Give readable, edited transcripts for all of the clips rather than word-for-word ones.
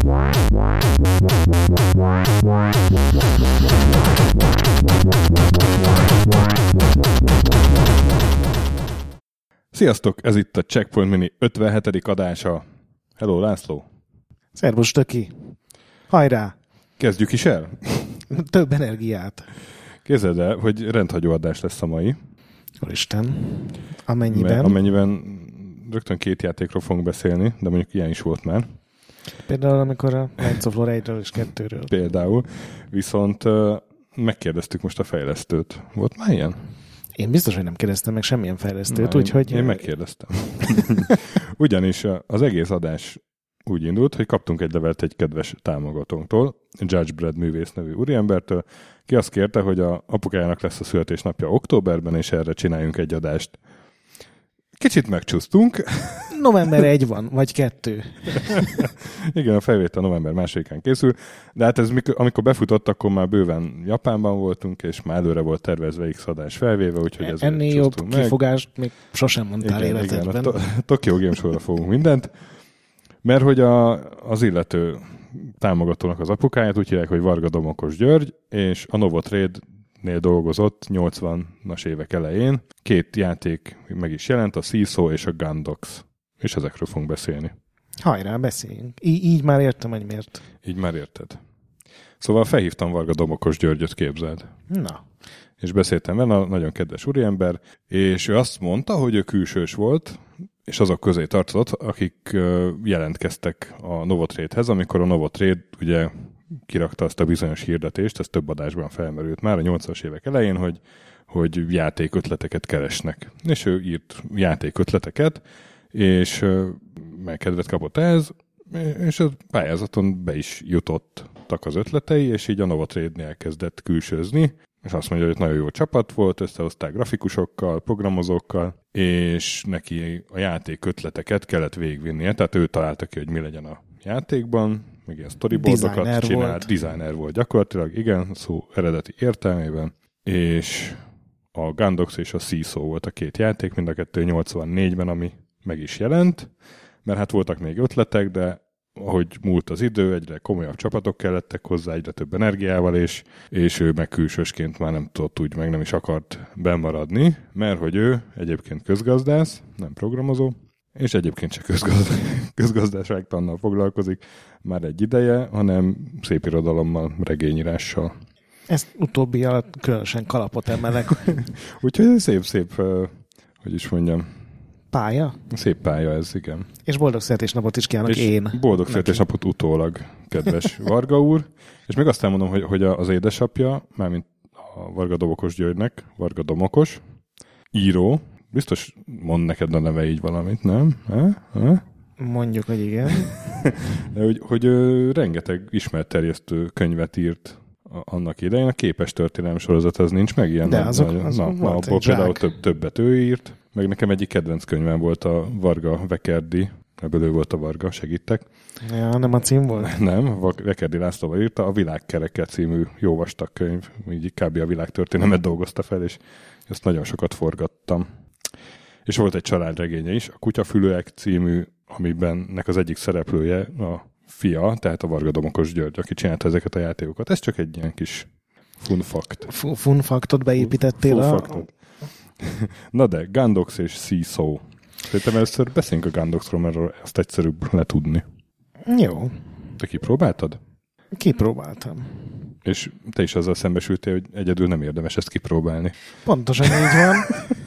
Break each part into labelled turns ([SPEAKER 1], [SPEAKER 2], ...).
[SPEAKER 1] Sziasztok, ez itt a Checkpoint Mini 57. adása. Hello, László.
[SPEAKER 2] Szervusz, Töki. Hajrá!
[SPEAKER 1] Kezdjük is el?
[SPEAKER 2] Több energiát.
[SPEAKER 1] Képzeld el, hogy rendhagyó adás lesz a mai.
[SPEAKER 2] Úristen. Amennyiben
[SPEAKER 1] rögtön 2 játékról fogunk beszélni, de mondjuk ilyen is volt már.
[SPEAKER 2] Például amikor a Knights of Lorraine-ről és 2-ről.
[SPEAKER 1] Például. Viszont megkérdeztük most a fejlesztőt. Volt már ilyen?
[SPEAKER 2] Én biztos, hogy nem kérdeztem meg semmilyen fejlesztőt, úgyhogy...
[SPEAKER 1] Én megkérdeztem. Ugyanis az egész adás úgy indult, hogy kaptunk egy levelet egy kedves támogatónktól, Judge Brad művész nevű úriembertől, ki azt kérte, hogy a apukájának lesz a születésnapja októberben, és erre csináljunk egy adást. Kicsit megcsúsztunk.
[SPEAKER 2] November 1 van, vagy 2.
[SPEAKER 1] Igen, a felvétel november 2-án készül, de hát ez amikor befutott, akkor már bőven Japánban voltunk, és már előre volt tervezve X adás felvéve, úgyhogy ez
[SPEAKER 2] ennél jobb kifogást még sosem mondtál életedben.
[SPEAKER 1] Igen, a Tokyo Game Show-ra fogunk mindent, mert hogy az illető támogatónak az apukáját úgy hívják, hogy Varga Domokos György, és a Novotrade-nél dolgozott 80-as évek elején. 2 játék meg is jelent, a Seesaw és a Gundox. És ezekről fogunk beszélni.
[SPEAKER 2] Hajrá, beszéljünk. Így már értem, hogy miért.
[SPEAKER 1] Így már érted. Szóval felhívtam Varga Domokos Györgyöt, képzeld.
[SPEAKER 2] Na.
[SPEAKER 1] És beszéltem vele, nagyon kedves úriember, és ő azt mondta, hogy ő külsős volt, és azok közé tartozott, akik jelentkeztek a Novotrade-hez, amikor a Novotrade ugye kirakta azt a bizonyos hirdetést, ez több adásban felmerült már a 80-as évek elején, hogy játékötleteket keresnek. És ő írt játékötleteket, és megkedvet kapott ehhez, és a pályázaton be is jutottak az ötletei, és így a Novotrade-nél elkezdett külsőzni, és azt mondja, hogy nagyon jó csapat volt, összehozták grafikusokkal, programozókkal, és neki a játékötleteket kellett végvinnie, tehát ő találta ki, hogy mi legyen a játékban, meg ilyen storyboardokat csinált, designer volt gyakorlatilag, igen, szó eredeti értelmében, és a Gundox és a Seesaw volt a 2 játék, mind a 2 84-ben, ami meg is jelent, mert hát voltak még ötletek, de ahogy múlt az idő, egyre komolyabb csapatok kellettek hozzá, egyre több energiával, és ő meg külsősként már nem tudott úgy, meg nem is akart bemaradni, mert hogy ő egyébként közgazdász, nem programozó, és egyébként se közgazdaságtannal foglalkozik már egy ideje, hanem szépirodalommal, regényírással.
[SPEAKER 2] Ezt utóbbi alatt különösen kalapot emelek.
[SPEAKER 1] Úgyhogy szép, hogy is mondjam,
[SPEAKER 2] pálya?
[SPEAKER 1] Szép pálya ez, igen.
[SPEAKER 2] És boldog születésnapot is kívánok én.
[SPEAKER 1] Boldog születésnapot utólag, kedves Varga úr. És még azt elmondom, hogy az édesapja, mármint a Varga Domokos Györgynek, Varga Domokos, író, biztos mond neked a neve így valamit, nem?
[SPEAKER 2] Mondjuk, hogy igen.
[SPEAKER 1] De hogy rengeteg ismertterjesztő könyvet írt annak idején. A Képes történelem sorozat az nincs meg ilyen.
[SPEAKER 2] De azok volt
[SPEAKER 1] abból például többet ő írt. Meg nekem egyik kedvenc könyvem volt a Varga Vekerdi, ebből ő volt a Varga, segítek.
[SPEAKER 2] Ja, nem a cím volt?
[SPEAKER 1] Nem, Vekerdi Lászlóval írta, a Világkereke című jó vastag könyv, így kb. A világtörténelmet dolgozta fel, és ezt nagyon sokat forgattam. És volt egy családregénye is, a Kutyafülőek című, amiben nek az egyik szereplője a fia, tehát a Varga Domokos György, aki csinálta ezeket a játékokat. Ez csak egy ilyen kis fun fact.
[SPEAKER 2] Fun factot beépítettél
[SPEAKER 1] Na de, Gundox és Seesaw. Szerintem először beszéljünk a Gundoxról, mert ezt egyszerűbb letudni.
[SPEAKER 2] Jó.
[SPEAKER 1] Te kipróbáltad?
[SPEAKER 2] Kipróbáltam.
[SPEAKER 1] És te is azzal szembesültél, hogy egyedül nem érdemes ezt kipróbálni.
[SPEAKER 2] Pontosan így van.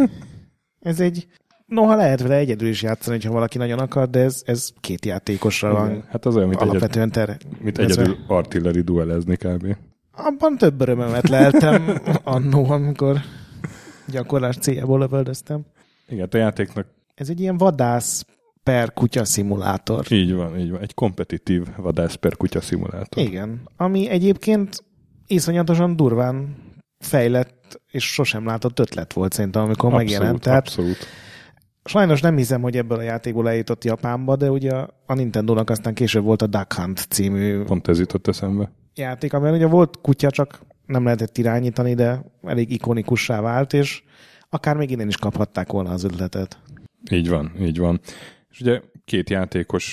[SPEAKER 2] Ez noha lehet vele egyedül is játszani, ha valaki nagyon akar, de ez 2 játékosra van.
[SPEAKER 1] Hát az olyan,
[SPEAKER 2] alapvetően
[SPEAKER 1] mint egyedül artilleri duellezni kb.
[SPEAKER 2] Abban több örömömet leltem annó, amikor gyakorlás céljából lövöldöztem.
[SPEAKER 1] Igen, a játéknak...
[SPEAKER 2] Ez egy ilyen vadász per kutya szimulátor.
[SPEAKER 1] Így van. Egy kompetitív vadász per kutya szimulátor.
[SPEAKER 2] Igen. Ami egyébként iszonyatosan durván fejlett és sosem látott ötlet volt szerintem, amikor megjelent. Tehát
[SPEAKER 1] abszolút.
[SPEAKER 2] Sajnos nem hiszem, hogy ebből a játékból eljutott Japánba, de ugye a Nintendónak aztán később volt a Duck Hunt című
[SPEAKER 1] pont ez jutott eszembe.
[SPEAKER 2] Játék, amiben ugye volt kutya, csak nem lehetett irányítani, de elég ikonikussá vált, és akár még innen is kaphatták volna az ötletet.
[SPEAKER 1] Így van. És ugye 2 játékos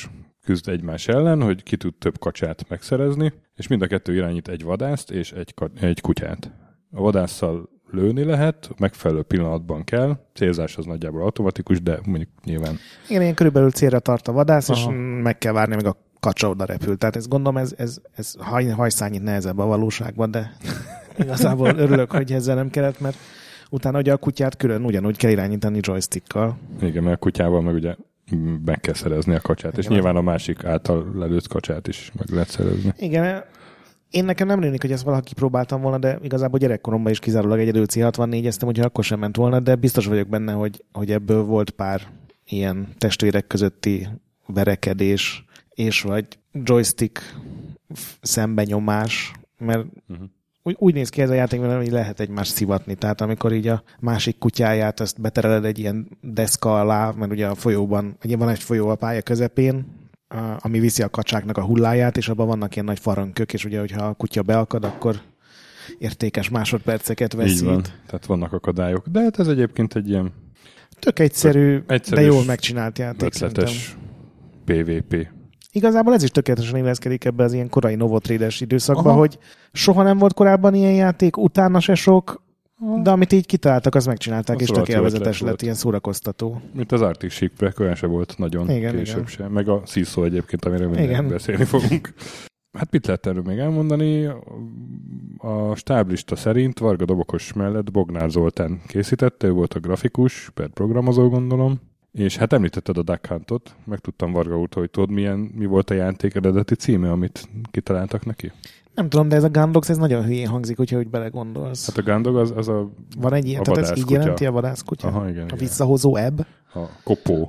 [SPEAKER 1] küzd egymás ellen, hogy ki tud több kacsát megszerezni, és mind a kettő irányít egy vadászt és egy kutyát. A vadásszal lőni lehet, megfelelő pillanatban kell, célzás az nagyjából automatikus, de mondjuk nyilván...
[SPEAKER 2] Igen, ilyen körülbelül célra tart a vadász, és meg kell várni, meg a kacsa oda repül. Tehát ezt gondolom, ez hajszányit nehezebb a valóságban, de igazából örülök, hogy ezzel nem kellett, mert utána ugye a kutyát külön ugyanúgy kell irányítani joystickkal.
[SPEAKER 1] Igen, mert a kutyával meg ugye meg kell szerezni a kacsát, igen, és nyilván a másik által lelőtt kacsát is meg lehet szerezni.
[SPEAKER 2] Igen, én nekem nem rémlik, hogy ezt valaki próbáltam volna, de igazából gyerekkoromban is kizárólag egyedül C64-eztem, hogyha akkor sem ment volna, de biztos vagyok benne, hogy ebből volt pár ilyen testvérek közötti verekedés, és vagy joystick szembenyomás, mert úgy néz ki ez a játék, hogy lehet egymást szivatni. Tehát amikor így a másik kutyáját azt betereled egy ilyen deszka alá, mert ugye a folyóban, ugye van egy folyó a pálya közepén, ami viszi a kacsáknak a hulláját, és abban vannak ilyen nagy farönkök, és ugye, hogyha a kutya beakad, akkor értékes másodperceket veszít.
[SPEAKER 1] Így van, tehát vannak akadályok. De hát ez egyébként egy ilyen...
[SPEAKER 2] Tök egyszerű, de jól megcsinált játék.
[SPEAKER 1] Ötletes PvP.
[SPEAKER 2] Igazából ez is tökéletesen illeszkedik ebbe az ilyen korai Novotrade-es időszakba, hogy soha nem volt korábban ilyen játék, utána se sok, de amit így kitaláltak, azt megcsinálták, és tök élvezetes lett, ilyen szórakoztató.
[SPEAKER 1] Mint az Arctic Shipwreck, olyan se volt nagyon később sem. Meg a Seesaw egyébként, amiről mindjárt beszélni fogunk. Hát mit lehet erről még elmondani? A stáblista szerint Varga Dobokos mellett Bognár Zoltán készítette, ő volt a grafikus, per programozó gondolom. És hát említetted a Duck Huntot, megtudtam Varga úrtól, hogy tudod, mi volt a játék eredeti címe, amit kitaláltak neki?
[SPEAKER 2] Nem tudom, de ez a Gundogs, ez nagyon hülyén hangzik, hogyha úgy belegondolsz.
[SPEAKER 1] Hát a Gundog az a
[SPEAKER 2] van egy ilyen, tehát ez így jelenti a vadászkutya?
[SPEAKER 1] Aha, igen,
[SPEAKER 2] a visszahozó ebb?
[SPEAKER 1] A kopó.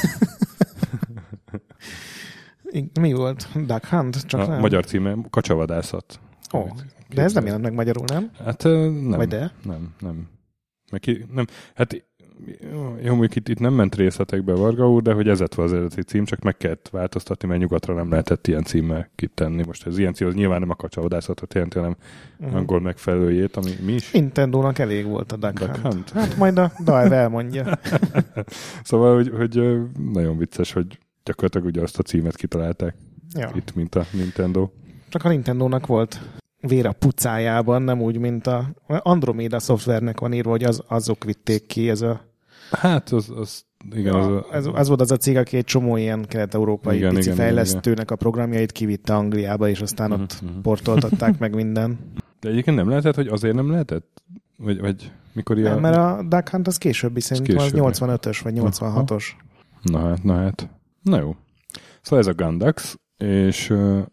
[SPEAKER 2] Mi volt? Duck Hunt? Csak
[SPEAKER 1] a
[SPEAKER 2] nem.
[SPEAKER 1] Magyar címe Kacsavadászat.
[SPEAKER 2] De ez nem jelent meg magyarul, nem?
[SPEAKER 1] Hát nem.
[SPEAKER 2] Vagy de?
[SPEAKER 1] Nem. Nem. Hát jó, mondjuk itt nem ment részletekbe Varga úr, de hogy ez lett az eredeti cím, csak meg kellett változtatni, mert nyugatra nem lehetett ilyen címmel kitenni. Most ez ilyen cím, az nyilván nem a kacsavadászatot jelenti, hanem angol megfelelőjét, ami mi is.
[SPEAKER 2] Nintendónak elég volt a Duck Hunt. Hát majd a Dive elmondja.
[SPEAKER 1] Szóval, hogy nagyon vicces, hogy gyakorlatilag ugye azt a címet kitalálták itt, mint a Nintendo.
[SPEAKER 2] Csak a Nintendónak volt vér a pucájában, nem úgy, mint a Andromeda szoftvernek van írva, hogy azok vitték ki, ez a...
[SPEAKER 1] Hát, igen.
[SPEAKER 2] Az volt az a cég, aki egy csomó ilyen kelet-európai pici fejlesztőnek a programjait kivitte Angliába, és aztán ott portoltatták meg minden.
[SPEAKER 1] De egyébként nem lehetett, hogy azért nem lehetett? Vagy mikor ilyen...
[SPEAKER 2] Nem, mert a Duck Hunt az későbbi, szerintem az 85-ös vagy 86-os.
[SPEAKER 1] Na hát. Na jó. Szóval ez a Gundogs, és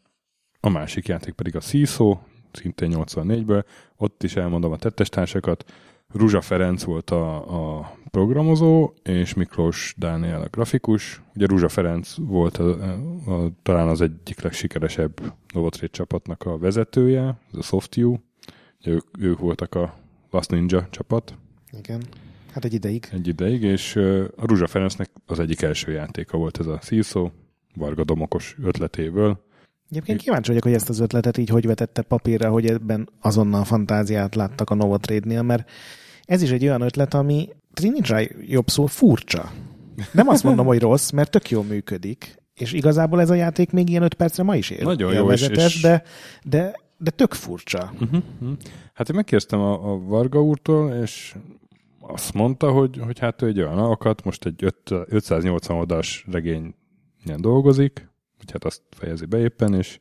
[SPEAKER 1] a másik játék pedig a Seesaw, szintén 84-ből. Ott is elmondom a tettestársakat. Ruzsa Ferenc volt a programozó, és Miklós Dániel a grafikus. Ugye Ruzsa Ferenc volt talán az egyik legsikeresebb Novotrade csapatnak a vezetője, ez a SoftView. Ugye ők voltak a Last Ninja csapat.
[SPEAKER 2] Igen, hát egy ideig.
[SPEAKER 1] És a Ruzsa Ferencnek az egyik első játéka volt ez a Seesaw, Varga Domokos ötletéből.
[SPEAKER 2] Egyébként kíváncsi vagyok, hogy ezt az ötletet így hogy vetette papírra, hogy ebben azonnal fantáziát láttak a Novotrade-nél, mert ez is egy olyan ötlet, ami nincs rá jobb szó, furcsa. Nem azt mondom, hogy rossz, mert tök jól működik, és igazából ez a játék még ilyen 5 percre ma is élvezetes, de tök furcsa.
[SPEAKER 1] Hát én megkérdeztem a Varga úrtól, és azt mondta, hogy hát ő egy olyan alkat, most egy 580 oldalas regényen dolgozik, hogy hát azt fejezi be éppen, és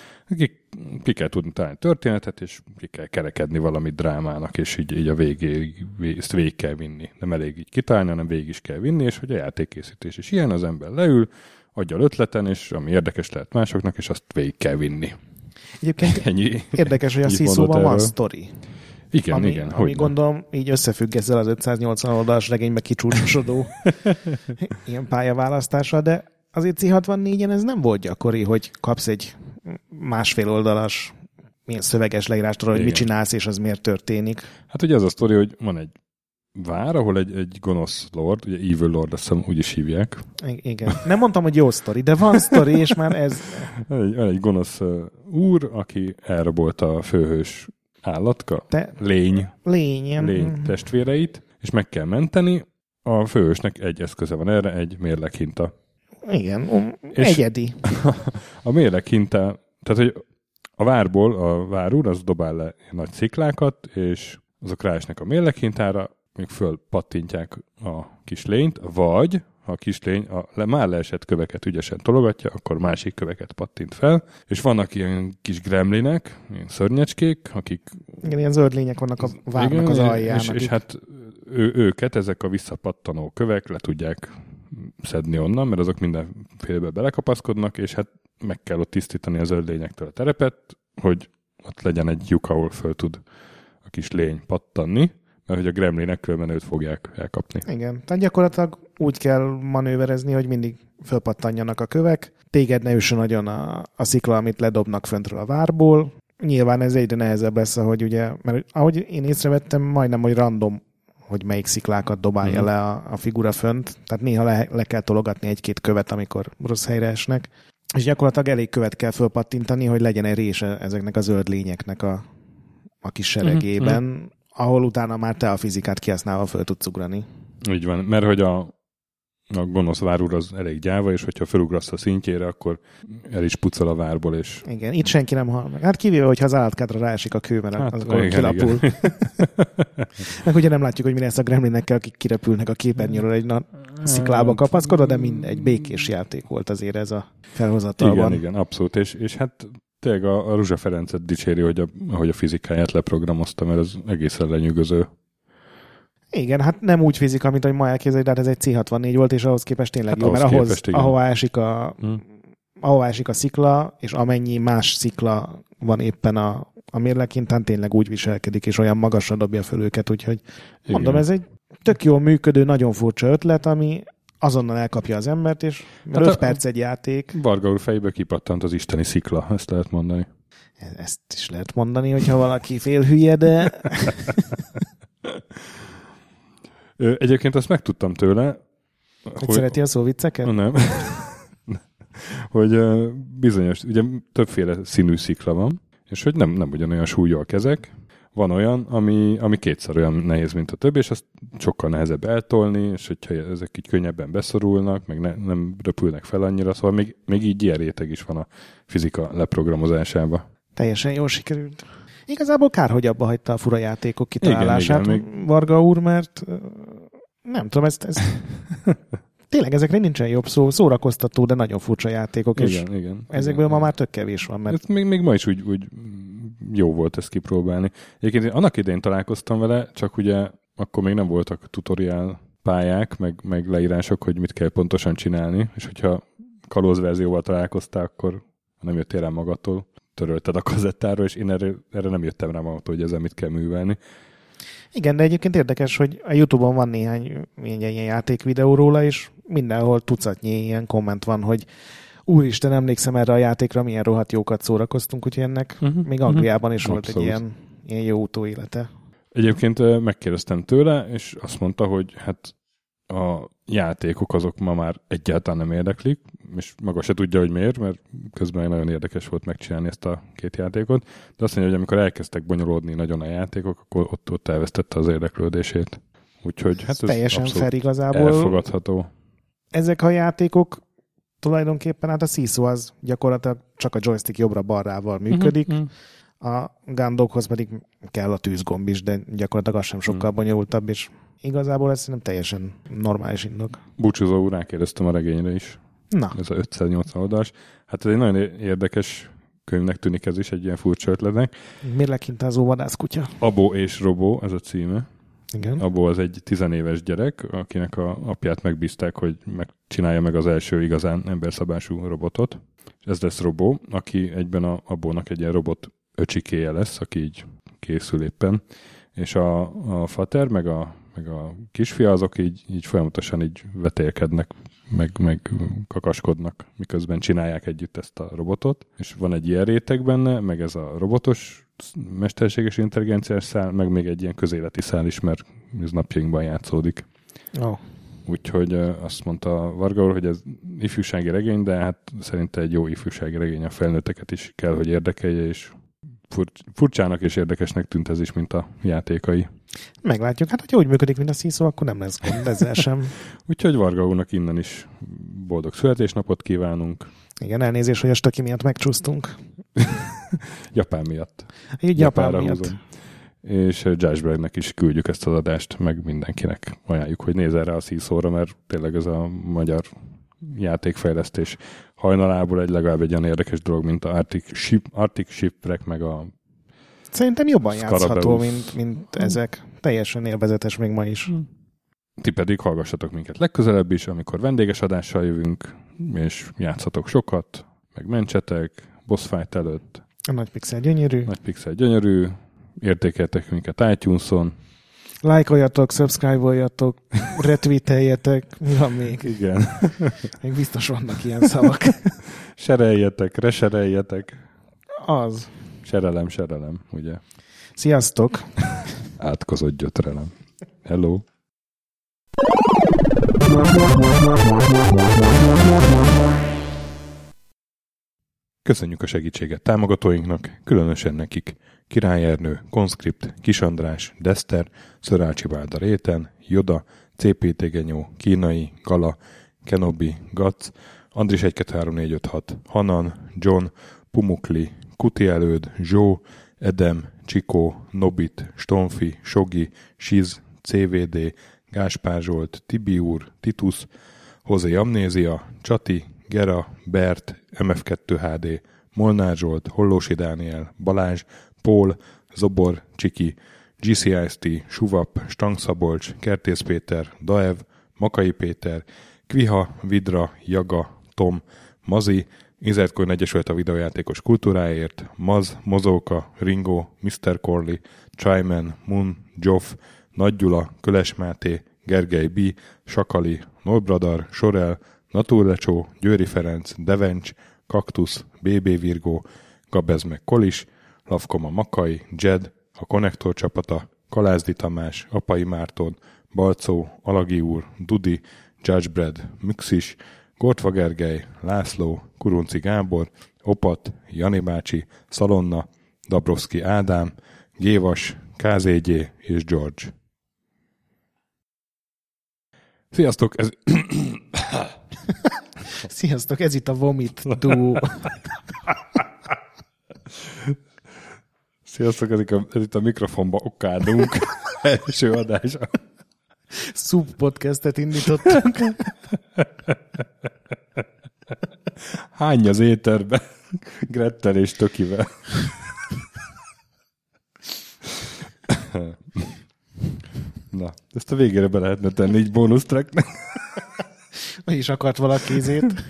[SPEAKER 1] ki kell tudni találni történetet, és ki kell kerekedni valami drámának, és így a végéig ezt végig kell vinni. Nem elég így kitalálni, hanem végig is kell vinni, és hogy a játékkészítés is ilyen, az ember leül, adja ötleten, és ami érdekes lehet másoknak, és azt végig kell vinni.
[SPEAKER 2] Egyébként érdekes, hogy a Seesaw-ban van sztori.
[SPEAKER 1] Igen.
[SPEAKER 2] Ami gondolom így összefügg ezzel az 580 oldalas regénybe kicsúcsosodó ilyen pályaválasztással, de azért C64-en ez nem volt gyakori, hogy kapsz egy másfél oldalas milyen szöveges leírástól, hogy mit csinálsz, és az miért történik.
[SPEAKER 1] Hát ugye az a sztori, hogy van egy vár, ahol egy gonosz lord, ugye Evil Lord, azt hiszem úgy is hívják.
[SPEAKER 2] Igen. Nem mondtam, hogy jó sztori, de van sztori, és már ez...
[SPEAKER 1] Van egy gonosz úr, aki elrabolta a főhős állatka, lény testvéreit, és meg kell menteni. A főhősnek egy eszköze van erre, egy mérleghinta.
[SPEAKER 2] Igen, egyedi.
[SPEAKER 1] A mérleghintá, tehát hogy a várból a várúr az dobál le nagy sziklákat, és azok ráesnek a mérleghintára, még fölpattintják a kis lényt, vagy ha a kis lény a már leesett köveket ügyesen tologatja, akkor másik köveket pattint fel, és vannak ilyen kis gremlinek, ilyen szörnyecskék, akik...
[SPEAKER 2] Igen, ilyen zöld lények vannak a várnak az alján.
[SPEAKER 1] És hát őket, ezek a visszapattanó kövek le tudják szedni onnan, mert azok mindenfélebe belekapaszkodnak, és hát meg kell ott tisztítani a zöld lényektől a terepet, hogy ott legyen egy lyuk, ahol föl tud a kis lény pattanni, mert hogy a gremlinek különben őt fogják elkapni.
[SPEAKER 2] Igen, tehát gyakorlatilag úgy kell manőverezni, hogy mindig fölpattanjanak a kövek, téged ne üssön nagyon a szikla, amit ledobnak föntről a várból. Nyilván ez egyre nehezebb lesz, ahogy ugye, mert ahogy én észrevettem, majdnem, hogy random, hogy melyik sziklákat dobálja le a figura fönt, tehát néha le kell tologatni egy-két követ, amikor rossz helyre esnek, és gyakorlatilag elég követ kell fölpattintani, hogy legyen egy része ezeknek a zöld lényeknek a kis seregében, ahol utána már te a fizikát kihasználva föl tudsz ugrani.
[SPEAKER 1] Így van, mert hogy a gonosz várúr az elég gyáva, és hogyha felugrasz a szintjére, akkor el is pucol a várból, és...
[SPEAKER 2] Igen, itt senki nem hal meg. Hát kivéve, hogyha az állatkádra ráesik a kő, mert hát, az akkor kilapul. Meg ugye nem látjuk, hogy mi lesz a gremlinekkel, akik kirepülnek a képernyőről egy sziklába kapaszkodva, de mindegy, békés játék volt azért ez a felhozatalban.
[SPEAKER 1] Igen, abszolút, és hát tényleg a Ruzsa Ferencet dicséri, ahogy a fizikáját leprogramozta, mert ez egészen lenyűgöző.
[SPEAKER 2] Igen, hát nem úgy fizika, mint ahogy ma elképzeljük, de hát ez egy C64 volt, és ahhoz képest tényleg hát jó, mert ahová esik a szikla, és amennyi más szikla van éppen a mérleghintán, tényleg úgy viselkedik, és olyan magasra dobja föl őket, úgyhogy mondom, ez egy tök jól működő, nagyon furcsa ötlet, ami azonnal elkapja az embert, és 5 perc egy játék.
[SPEAKER 1] Varga úr fejből kipattant az isteni szikla, ezt lehet mondani.
[SPEAKER 2] Ezt is lehet mondani, hogyha valaki félhülye, de...
[SPEAKER 1] Egyébként azt megtudtam tőle,
[SPEAKER 2] hogy szereti a szóvicceket?
[SPEAKER 1] Nem. Hogy bizonyos, ugye többféle színű szikla van, és hogy nem ugyanolyan súlyúak ezek. Van olyan, ami kétszer olyan nehéz, mint a többi, és azt sokkal nehezebb eltolni, és hogyha ezek így könnyebben beszorulnak, meg nem röpülnek fel annyira, szóval még így ilyen réteg is van a fizika leprogramozásába.
[SPEAKER 2] Teljesen jól sikerült. Igazából kár, hogy abba hagyta a fura játékok kitalálását,
[SPEAKER 1] igen,
[SPEAKER 2] Varga úr, mert nem tudom, ez tényleg ezekre nincsen jobb szó, szórakoztató, de nagyon furcsa játékok, és ezekből ma már tök kevés van. Mert...
[SPEAKER 1] Még ma is úgy jó volt ezt kipróbálni. Egyébként annak idején találkoztam vele, csak ugye akkor még nem voltak tutoriál pályák, meg leírások, hogy mit kell pontosan csinálni, és hogyha kalózverzióval találkoztál, akkor nem jöttél rá magadtól, törölted a kazettáról, és én erre nem jöttem rá magadtól, hogy ezzel mit kell művelni.
[SPEAKER 2] Igen, de egyébként érdekes, hogy a YouTube-on van néhány ilyen játékvideó róla, és mindenhol tucatnyi ilyen komment van, hogy úristen, emlékszem erre a játékra, milyen rohadt jókat szórakoztunk, úgyhogy ennek még Angliában is volt egy ilyen jó utóélete.
[SPEAKER 1] Egyébként megkérdeztem tőle, és azt mondta, hogy hát a játékok azok ma már egyáltalán nem érdeklik, és maga se tudja, hogy miért, mert közben nagyon érdekes volt megcsinálni ezt a két játékot, de azt mondja, hogy amikor elkezdtek bonyolódni nagyon a játékok, akkor ott elvesztette az érdeklődését. Úgyhogy hát ez
[SPEAKER 2] teljesen fair igazából.
[SPEAKER 1] Elfogadható.
[SPEAKER 2] Ezek a játékok tulajdonképpen, hát a Seesaw az gyakorlatilag csak a joystick jobbra-balrával működik, a Gundoghoz pedig kell a tűzgomb is, de gyakorlatilag az sem sokkal bonyolultabb, és igazából ez szerintem teljesen normális indok.
[SPEAKER 1] Búcsúzó úr, rákérdeztem a regényre is.
[SPEAKER 2] Na.
[SPEAKER 1] Ez a 580 oldalas. Hát ez egy nagyon érdekes könyvnek tűnik, ez is egy ilyen furcsa ötletnek.
[SPEAKER 2] Mérleghintázó vadászkutya.
[SPEAKER 1] Abo és Robó, ez a címe.
[SPEAKER 2] Igen.
[SPEAKER 1] Abo az egy 10 éves gyerek, akinek a apját megbízták, hogy csinálja meg az első igazán emberszabású robotot. És ez lesz Robó, aki egyben a Abónak egy ilyen robot öcsikéje lesz, aki így készül éppen. És a fater, meg a kisfia, azok így folyamatosan így vetélkednek, meg kakaskodnak, miközben csinálják együtt ezt a robotot. És van egy ilyen réteg benne, meg ez a robotos mesterséges intelligenciás szál, meg még egy ilyen közéleti szál is, mert ez napjainkban játszódik.
[SPEAKER 2] Oh.
[SPEAKER 1] Úgyhogy azt mondta Varga úr, hogy ez ifjúsági regény, de hát szerinte egy jó ifjúsági regény a felnőtteket is kell, hogy érdekelje, és furcsának és érdekesnek tűnt ez is, mint a játékai.
[SPEAKER 2] Meglátjuk. Hát, hogyha úgy működik, mint a Seesaw, akkor nem lesz gond ezzel sem.
[SPEAKER 1] Úgyhogy Varga úrnak innen is boldog születésnapot kívánunk.
[SPEAKER 2] Igen, elnézést, hogy a stöki miatt megcsúsztunk.
[SPEAKER 1] Japán miatt.
[SPEAKER 2] Így Japán miatt.
[SPEAKER 1] Húzom. És Josh Braggnek is küldjük ezt az adást, meg mindenkinek ajánljuk, hogy nézz erre a Seesaw-ra, mert tényleg ez a magyar játékfejlesztés hajnalából legalább egy olyan érdekes dolog, mint a Arctic Shipwreck, meg a
[SPEAKER 2] Szerintem jobban
[SPEAKER 1] Scarabeus.
[SPEAKER 2] játszható, mint ezek. Teljesen élvezetes még ma is.
[SPEAKER 1] Ti pedig hallgassatok minket legközelebb is, amikor vendéges adással jövünk, és játszatok sokat, meg mentsetek, boss fight előtt.
[SPEAKER 2] A Nagy Pixel gyönyörű.
[SPEAKER 1] Nagy Pixel gyönyörű, értékeltek minket iTunes-on.
[SPEAKER 2] Lájkoljatok, subscribe-oljatok, retweeteljetek, mi van még?
[SPEAKER 1] Igen.
[SPEAKER 2] Még biztos vannak ilyen szavak.
[SPEAKER 1] Sereljetek, resereljetek.
[SPEAKER 2] Az.
[SPEAKER 1] Serelem, ugye?
[SPEAKER 2] Sziasztok!
[SPEAKER 1] Átkozott gyötrelem. Hello! Köszönjük a segítséget támogatóinknak, különösen nekik Király Ernő, Conscript, Kis András, Dester, Szörácsi Válda Réten, Joda, CPT Genyó, Kínai, Gala, Kenobi, Gac, Andris 123456, Hanan, John, Pumukli, Kuti Előd, Zsó, Edem, Csikó, Nobit, Stonfi, Sogi, Siz, CVD, Gáspár Zsolt, Tibi úr, Titus, Hozé Amnézia, Csati, Gera, Bert, MF2 HD, Molnár Zsolt, Hollósi Dániel, Balázs, Pól, Zobor, Csiki, GCIST, Suvap, Stangszabolcs, Kertész Péter, Daev, Makai Péter, Kviha, Vidra, Jaga, Tom, Mazi, Inzertcoin Egyesület a videójátékos kultúráért, Maz, Mozóka, Ringo, Mr. Corley, Tryman, Moon, Joff, Nagy Gyula, Köles Máté, Gergely B., Sakali, Norbradar, Sorel, Naturlecsó, Győri Ferenc, Devencs, Kaktusz, BB Virgó, Gabez meg Kolis, Lavkoma Makai, Jed, a Konnektor csapata, Kalázdi Tamás, Apai Márton, Balcó, Alagi úr, Dudi, Judgebred, Müxis, Gortva Gergely, László, Kurunci Gábor, Opat, Jani bácsi, Szalonna, Dabrowski Ádám, Gévas, KZG és George. Sziasztok!
[SPEAKER 2] Sziasztok, ez itt a Vomit Duo.
[SPEAKER 1] Sziasztok, ez itt a mikrofonba okádunk. Első adása.
[SPEAKER 2] Subpodcastet indítottunk.
[SPEAKER 1] Hány az éterbe? Grettel és Tökivel. Na, ezt a végére be lehetne tenni így bónusz tracknek.
[SPEAKER 2] Meg is akart valaki ízét.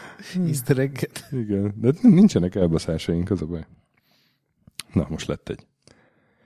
[SPEAKER 2] Easter egget.
[SPEAKER 1] Igen, de nincsenek elbaszásaink, az a baj. Na, most lett egy.